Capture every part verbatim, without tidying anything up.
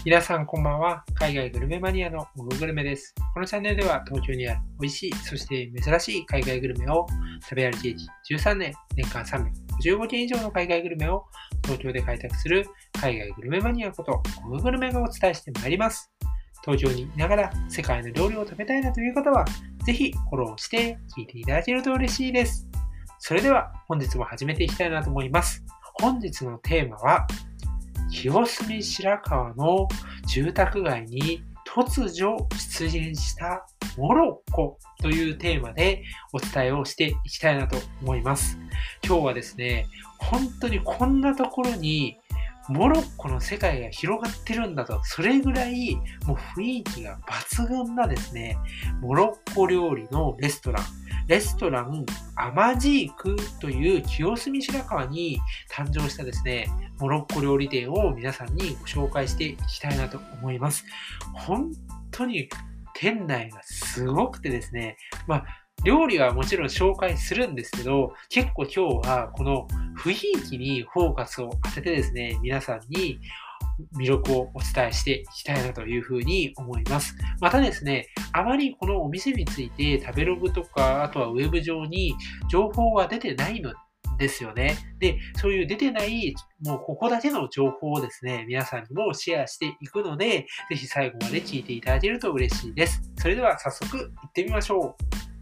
皆さんこんばんは。海外グルメマニアのオググルメです。このチャンネルでは東京にある美味しい、そして珍しい海外グルメを食べ歩き歴じゅうさんねん、年間さんびゃくごじゅうごけん以上の海外グルメを東京で開拓する海外グルメマニアことオググルメがお伝えしてまいります。東京にいながら世界の料理を食べたいなという方は、ぜひフォローして聞いていただけると嬉しいです。それでは本日も始めていきたいなと思います。本日のテーマは、清澄白河の住宅街に突如出現したモロッコというテーマでお伝えをしていきたいなと思います。今日はですね、本当にこんなところにモロッコの世界が広がってるんだと、それぐらいもう雰囲気が抜群なですね、モロッコ料理のレストラン、レストランアマジークという清澄白河に誕生したですね、モロッコ料理店を皆さんにご紹介していきたいなと思います。本当に店内がすごくてですね、まあ料理はもちろん紹介するんですけど、結構今日はこの雰囲気にフォーカスを当ててですね、皆さんに魅力をお伝えしていきたいなというふうに思います。またですね、あまりこのお店について食べログとか、あとはウェブ上に情報が出てないのですよね。で、そういう出てない、もうここだけの情報をですね、皆さんにもシェアしていくので、ぜひ最後まで聞いていただけると嬉しいです。それでは早速行ってみましょう。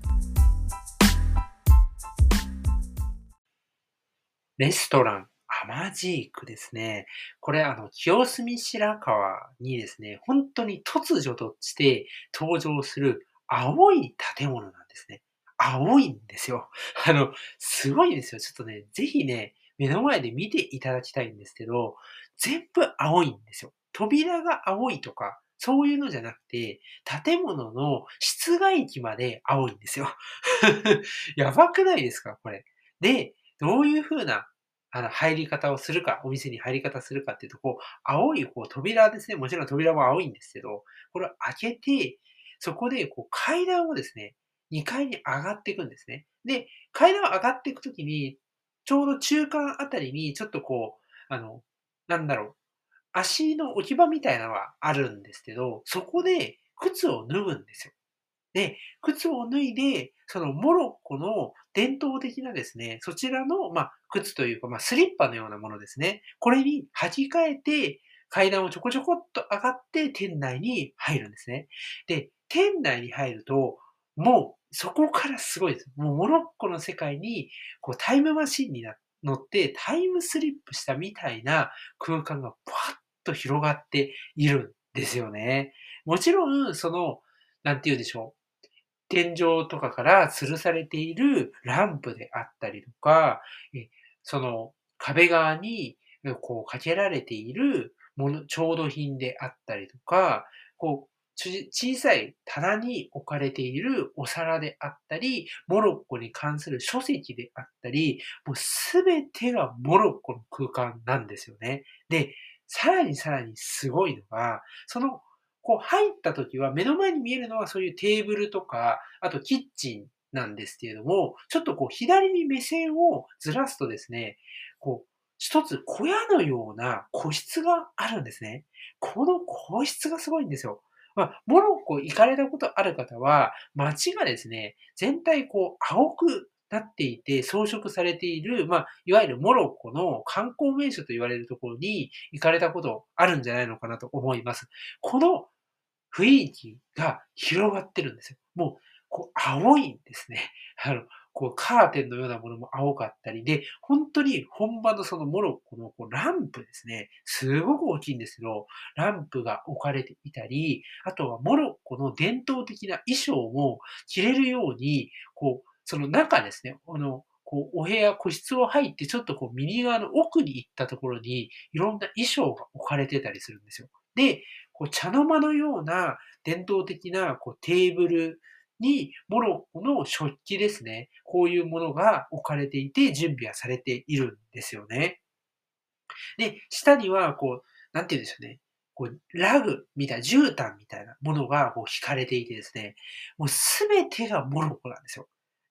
レストランアマジークですね。これ、あの、清澄白河にですね、本当に突如として登場する青い建物なんですね。青いんですよ。あの、すごいんですよ。ちょっとね、ぜひね、目の前で見ていただきたいんですけど、全部青いんですよ。扉が青いとか、そういうのじゃなくて、建物の室外機まで青いんですよ。やばくないですかこれ。で、どういう風な、あの、入り方をするか、お店に入り方するかっていうと、こう、青いこう扉ですね。もちろん扉も青いんですけど、これを開けて、そこでこう階段をですね、にかいに上がっていくんですね。で、階段を上がっていくときに、ちょうど中間あたりにちょっとこう、あの、なんだろう、足の置き場みたいなのがあるんですけど、そこで靴を脱ぐんですよ。で、靴を脱いで、そのモロッコの伝統的なですね、そちらの、まあ、靴というか、まあ、スリッパのようなものですね。これに履き替えて、階段をちょこちょこっと上がって店内に入るんですね。で、店内に入ると、もうそこからすごいです。もうモロッコの世界に、こうタイムマシンにな乗ってタイムスリップしたみたいな空間がバッと広がっているんですよね。もちろん、その、なんて言うんでしょう。天井とかから吊るされているランプであったりとか、え、その壁側に、え、こうかけられているもの調度品であったりとか、こう、ち小さい棚に置かれているお皿であったり、モロッコに関する書籍であったり、もうすべてがモロッコの空間なんですよね。で、さらにさらにすごいのが、そのこう入った時は目の前に見えるのはそういうテーブルとか、あとキッチンなんですけれども、ちょっとこう左に目線をずらすとですね、こう一つ小屋のような個室があるんですね。この個室がすごいんですよ。まあ、モロッコ行かれたことある方は、街がですね、全体こう青くなっていて装飾されている、まあ、いわゆるモロッコの観光名所と言われるところに行かれたことあるんじゃないのかなと思います。この雰囲気が広がってるんですよ。もう、こう、青いんですね。あの、こう、カーテンのようなものも青かったりで、ほんとに本場のそのモロッコのこうランプですね、すごく大きいんですけど、ランプが置かれていたり、あとはモロッコの伝統的な衣装も着れるように、こう、その中ですね、あの、こう、お部屋、個室を入ってちょっとこう右側の奥に行ったところに、いろんな衣装が置かれてたりするんですよ。で、こう茶の間のような伝統的なこうテーブルにモロッコの食器ですね。こういうものが置かれていて、準備はされているんですよね。で、下にはこう、なんて言うんでしょうね。こう、ラグみたいな、絨毯みたいなものがこう引かれていてですね、もうすべてがモロッコなんですよ。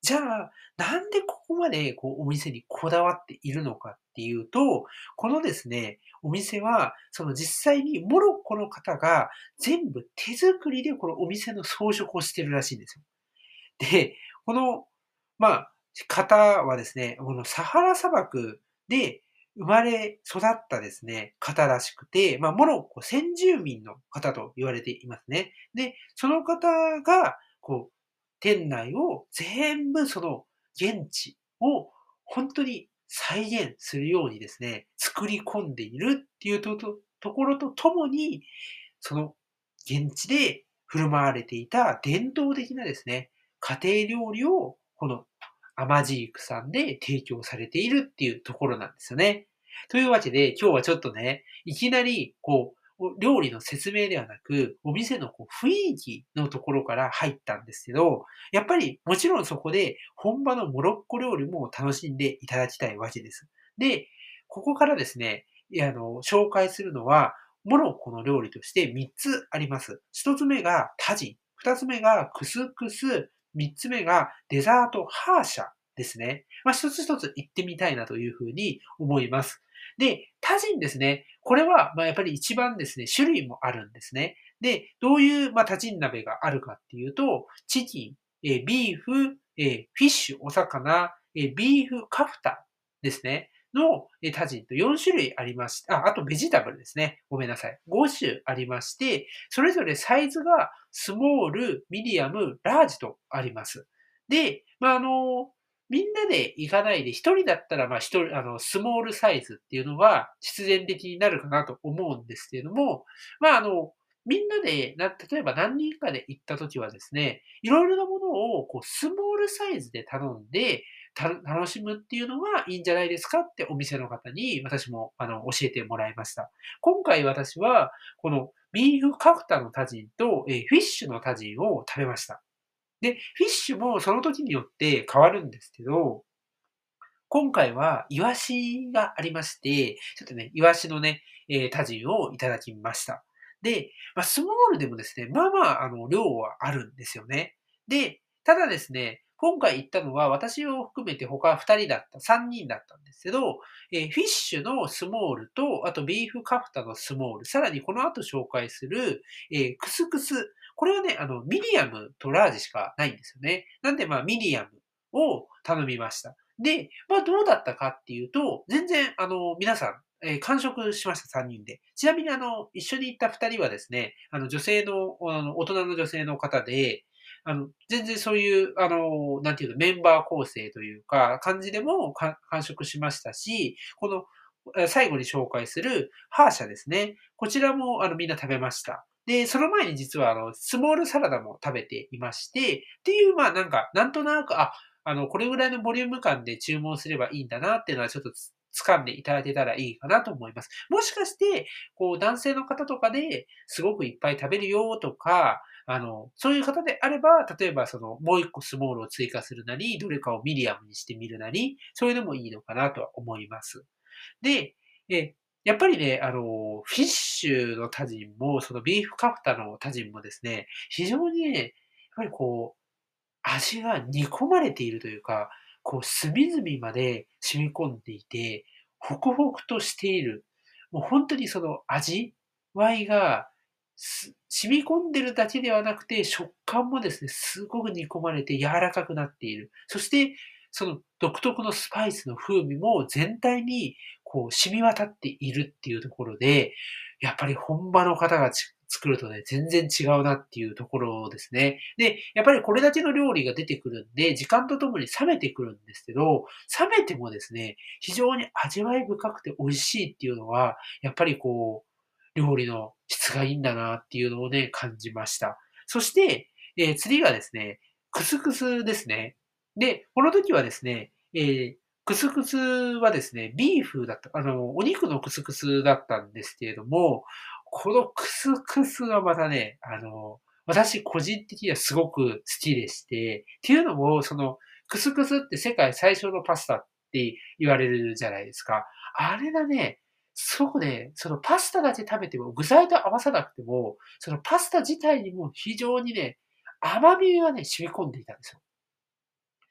じゃあ、なんでここまでこうお店にこだわっているのかっていうと、このですね、お店は、その実際にモロッコの方が全部手作りでこのお店の装飾をしてるらしいんですよ。で、この、まあ、方はですね、このサハラ砂漠で生まれ育ったですね、方らしくて、まあ、モロッコ先住民の方と言われていますね。で、その方が、こう、店内を全部その現地を本当に再現するようにですね、作り込んでいるっていうととところとともに、その現地で振る舞われていた伝統的なですね、家庭料理をこのアマジークさんで提供されているっていうところなんですよね。というわけで、今日はちょっとね、いきなりこう、お料理の説明ではなく、お店のこう雰囲気のところから入ったんですけど、やっぱりもちろんそこで本場のモロッコ料理も楽しんでいただきたいわけです。で、ここからですね、いやあの、紹介するのは、モロッコの料理としてみっつあります。ひとつめがタジン、ふたつめがクスクス、みっつめがデザートハーシャですね。まあ、一つ一つ言ってみたいなというふうに思います。で、タジンですね。これは、まあ、やっぱり一番ですね、種類もあるんですね。で、どういう、まあ、タジン鍋があるかっていうと、チキン、えービーフ、えーフィッシュ、お魚、えービーフカフタですね。の、えータジンとよん種類ありまして、あ、あとベジタブルですね。ごめんなさい。ご種ありまして、それぞれサイズがスモール、ミディアム、ラージとあります。で、まあ、あの、みんなで行かないで、一人だったら、まあ、一人、あの、スモールサイズっていうのが必然的になるかなと思うんですけれども、まあ、あの、みんなで、な例えば何人かで行った時はですね、いろいろなものをこうスモールサイズで頼んで、た楽しむっていうのがいいんじゃないですかってお店の方に私もあの教えてもらいました。今回私はこのビーフカフタのタジンと、えーフィッシュのタジンを食べました。で、フィッシュもその時によって変わるんですけど、今回はイワシがありまして、ちょっとね、イワシのね、えータジンをいただきました。で、まあ、スモールでもですね、まあまあ、あの、量はあるんですよね。で、ただですね、今回行ったのは私を含めて他ふたりだった、さんにんだったんですけど、えーフィッシュのスモールと、あとビーフカフタのスモール、さらにこの後紹介する、えークスクス。これはね、あの、ミディアムとラージしかないんですよね。なんで、まあ、ミディアムを頼みました。で、まあ、どうだったかっていうと、全然、あの、皆さん、えー完食しました、さんにんで。ちなみに、あの、一緒に行ったふたりはですね、あの、女性の、あの、大人の女性の方で、あの、全然そういう、あの、なんていうの、メンバー構成というか、感じでもか完食しましたし、この、え最後に紹介するハーシャですね。こちらも、あの、みんな食べました。で、その前に実は、あの、スモールサラダも食べていまして、っていう、まあ、なんか、なんとなく、あ、あの、これぐらいのボリューム感で注文すればいいんだなっていうのはちょっとつ掴んでいただけたらいいかなと思います。もしかして、こう男性の方とかですごくいっぱい食べるよとか、あの、そういう方であれば、例えばそのもういっこスモールを追加するなり、どれかをミディアムにしてみるなり、そういうのもいいのかなとは思います。で、え、やっぱりね、あの、フィッシュのタジンも、そのビーフカフタのタジンもですね、非常にね、やっぱりこう味が煮込まれているというか、こう隅々まで染み込んでいて、ホクホクとしている。もうほんとにその味わいが、す染み込んでるだけではなくて、食感もですね、すごく煮込まれて柔らかくなっている。そして、その独特のスパイスの風味も全体にこう染み渡っているっていうところで、やっぱり本場の方がち作るとね、全然違うなっていうところですね。で、やっぱりこれだけの料理が出てくるんで、時間とともに冷めてくるんですけど、冷めてもですね、非常に味わい深くて美味しいっていうのは、やっぱりこう、料理の質がいいんだなっていうのをね、感じました。そして、えー次がですね、クスクスですね。で、この時はですね、えークスクスはですね、ビーフだった、あの、お肉のクスクスだったんですけれども、このクスクスがまたね、あの、私個人的にはすごく好きでして、っていうのも、その、クスクスって世界最初のパスタって言われるじゃないですか。あれがね、すごくね、そのパスタだけ食べても、具材と合わさなくても、そのパスタ自体にも非常にね、甘みがね、染み込んでいたんですよ。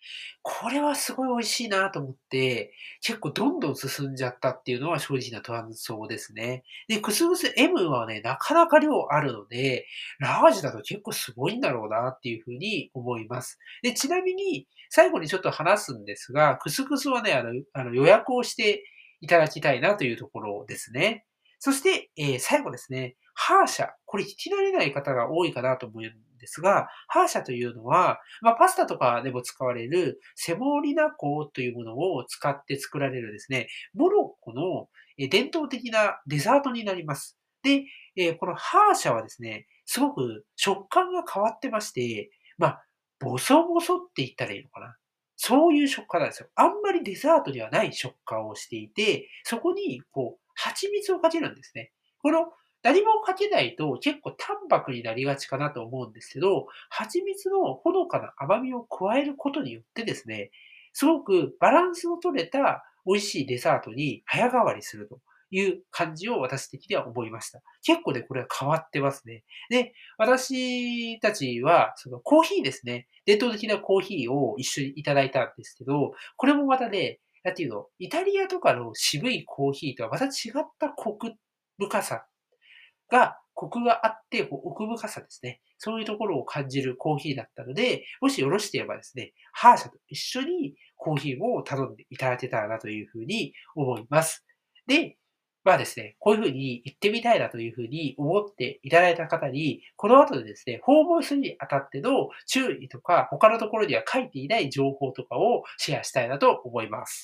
これはすごい美味しいなと思って、結構どんどん進んじゃったっていうのは正直な感想ですね。で、クスクス エム はね、なかなか量あるので、ラージだと結構すごいんだろうなっていうふうに思います。で、ちなみに、最後にちょっと話すんですが、クスクスはね、あの、あの予約をしていただきたいなというところですね。そして、えー最後ですね、ハーシャ。これ聞き慣れない方が多いかなと思うんですが、ハーシャというのは、まあ、パスタとかでも使われるセモリナ粉というものを使って作られるですね、モロッコのえ伝統的なデザートになります。で、えーこのハーシャはですね、すごく食感が変わってまして、まあ、ボソボソって言ったらいいのかな。そういう食感なんですよ。あんまりデザートにはない食感をしていて、そこにこう、蜂蜜をかけるんですね。この何もかけないと結構淡白になりがちかなと思うんですけど、蜂蜜のほのかな甘みを加えることによってですね、すごくバランスの取れた美味しいデザートに早変わりするという感じを私的には思いました。結構ね、これは変わってますね。で、私たちは、そのコーヒーですね。伝統的なコーヒーを一緒にいただいたんですけど、これもまたね、なんていうの、イタリアとかの渋いコーヒーとはまた違ったコク深さが、コクがあって、こう奥深さですね。そういうところを感じるコーヒーだったので、もしよろしければですね、ハーシャと一緒にコーヒーを頼んでいただけたらなというふうに思います。で、まあですね、こういうふうに行ってみたいなというふうに思っていただいた方に、この後でですね、訪問するにあたっての注意とか、他のところには書いていない情報とかをシェアしたいなと思います。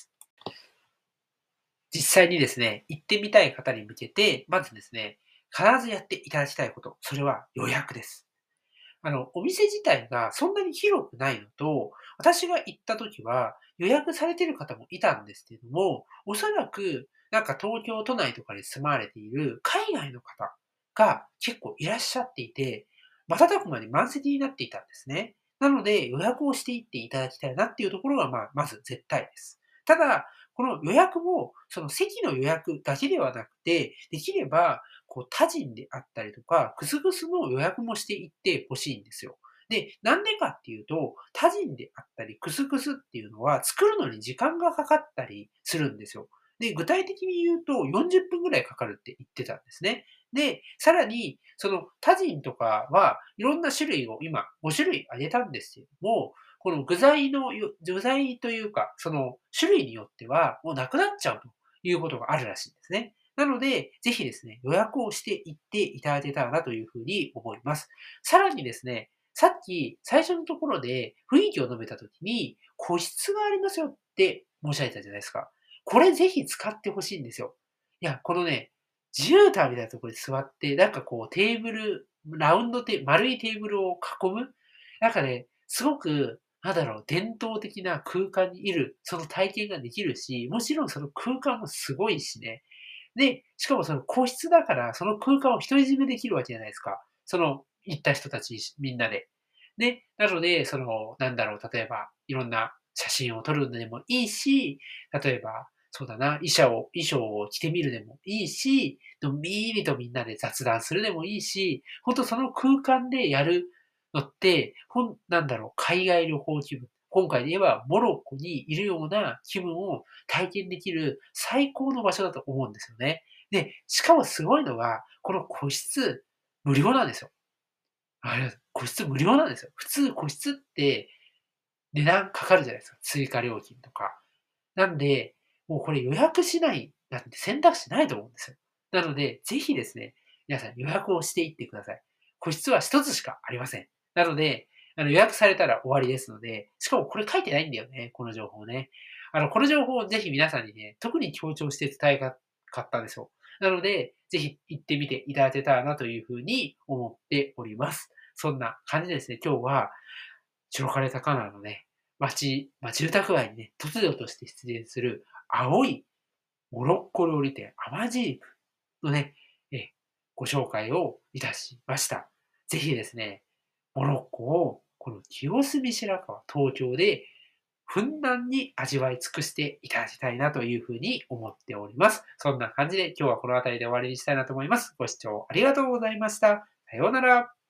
実際にですね、行ってみたい方に向けて、まずですね、必ずやっていただきたいこと、それは予約です。あの、お店自体がそんなに広くないのと、私が行った時は予約されてる方もいたんですけれども、おそらくなんか東京都内とかに住まわれている海外の方が結構いらっしゃっていて、瞬く間に満席になっていたんですね。なので予約をしていっていただきたいなっていうところが、まあ、まず絶対です。ただ、この予約も、その席の予約だけではなくて、できればこう、他人であったりとか、クスクスの予約もしていってほしいんですよ。で、なんでかっていうと、他人であったり、クスクスっていうのは作るのに時間がかかったりするんですよ。で、具体的に言うとよんじゅっぷんぐらいかかるって言ってたんですね。で、さらに、その他人とかはいろんな種類を今ご種類挙げたんですけれども、この具材のよ具材というか、その種類によってはもうなくなっちゃうということがあるらしいんですね。なので、ぜひですね、予約をしていっていただけたらなというふうに思います。さらにですね、さっき最初のところで雰囲気を述べたときに、個室がありますよって申し上げたじゃないですか。これぜひ使ってほしいんですよ。いや、このね、絨毯みたいなところに座って、なんかこうテーブル、ラウンドテ丸いテーブルを囲む、なんかね、すごく、なんだろう、伝統的な空間にいる、その体験ができるし、もちろんその空間もすごいしね、で、しかもその個室だから、その空間を独り占めできるわけじゃないですか。その行った人たちみんなで。で、なので、その、なんだろう、例えば、いろんな写真を撮るのでもいいし、例えば、そうだな、衣装を衣装を着てみるでもいいし、のんびりとみんなで雑談するでもいいし、ほんとその空間でやるのって、ほんなんだろう、海外旅行気分。今回で言えばモロッコにいるような気分を体験できる最高の場所だと思うんですよね。で、しかもすごいのが、この個室無料なんですよ。あれ、個室無料なんですよ。普通個室って値段かかるじゃないですか、追加料金とか。なんで、もうこれ予約しないなんて選択肢ないと思うんですよ。なので、ぜひですね、皆さん予約をしていってください。個室は一つしかありません。なので、あの予約されたら終わりですので、しかもこれ書いてないんだよね、この情報ね。あの、この情報をぜひ皆さんにね、特に強調して伝えたかったんですよ。なので、ぜひ行ってみていただけたらなというふうに思っております。そんな感じでですね、今日は白金高輪のね、街、まあ、住宅街にね、突如として出現する青いモロッコ料理店、アマジークのね、え、ご紹介をいたしました。ぜひですね、モロッコをこの清澄白河、東京でふんだんに味わい尽くしていただきたいなというふうに思っております。そんな感じで今日はこの辺りで終わりにしたいなと思います。ご視聴ありがとうございました。さようなら。